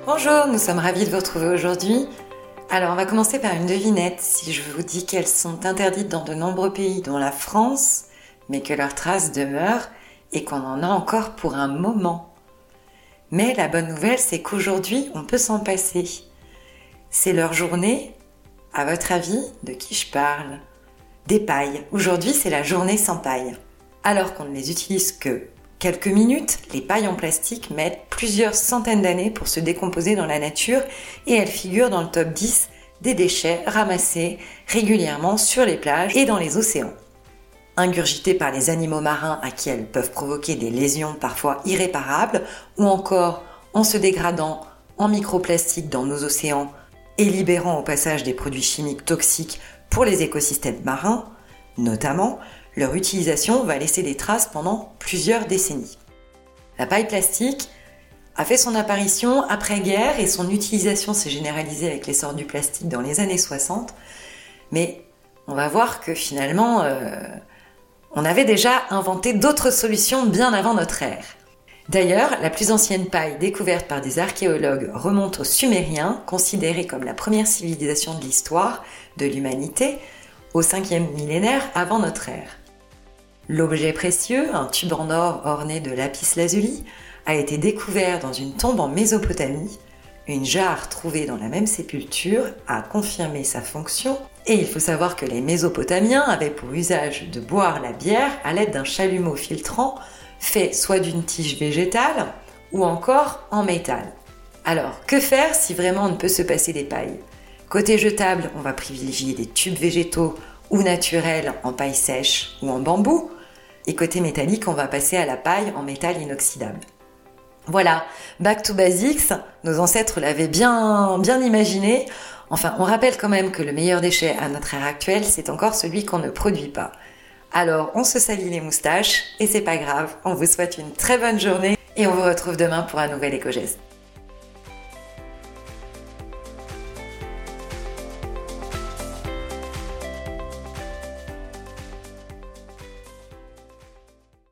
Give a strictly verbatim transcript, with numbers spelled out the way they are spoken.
Bonjour, nous sommes ravis de vous retrouver aujourd'hui. Alors on va commencer par une devinette. Si je vous dis qu'elles sont interdites dans de nombreux pays dont la France, mais que leurs traces demeurent et qu'on en a encore pour un moment. Mais la bonne nouvelle, c'est qu'aujourd'hui, on peut s'en passer. C'est leur journée. À votre avis, de qui je parle ? Des pailles. Aujourd'hui, c'est la journée sans paille. Alors qu'on ne les utilise que quelques minutes, les pailles en plastique mettent plusieurs centaines d'années pour se décomposer dans la nature et elles figurent dans le top dix des déchets ramassés régulièrement sur les plages et dans les océans. Ingurgitées par les animaux marins à qui elles peuvent provoquer des lésions parfois irréparables ou encore en se dégradant en microplastiques dans nos océans et libérant au passage des produits chimiques toxiques pour les écosystèmes marins, notamment, leur utilisation va laisser des traces pendant plusieurs décennies. La paille plastique a fait son apparition après-guerre et son utilisation s'est généralisée avec l'essor du plastique dans les années soixante, mais on va voir que finalement, euh, on avait déjà inventé d'autres solutions bien avant notre ère. D'ailleurs, la plus ancienne paille découverte par des archéologues remonte aux Sumériens, considérés comme la première civilisation de l'histoire de l'humanité, au cinquième millénaire avant notre ère. L'objet précieux, un tube en or orné de lapis-lazuli, a été découvert dans une tombe en Mésopotamie. Une jarre trouvée dans la même sépulture a confirmé sa fonction, et il faut savoir que les Mésopotamiens avaient pour usage de boire la bière à l'aide d'un chalumeau filtrant fait soit d'une tige végétale ou encore en métal. Alors, que faire si vraiment on ne peut se passer des pailles ? Côté jetable, on va privilégier des tubes végétaux ou naturels en paille sèche ou en bambou. Et côté métallique, on va passer à la paille en métal inoxydable. Voilà, back to basics, nos ancêtres l'avaient bien, bien imaginé. Enfin, on rappelle quand même que le meilleur déchet à notre ère actuelle, c'est encore celui qu'on ne produit pas. Alors, on se salit les moustaches et c'est pas grave, on vous souhaite une très bonne journée et on vous retrouve demain pour un nouvel éco-geste.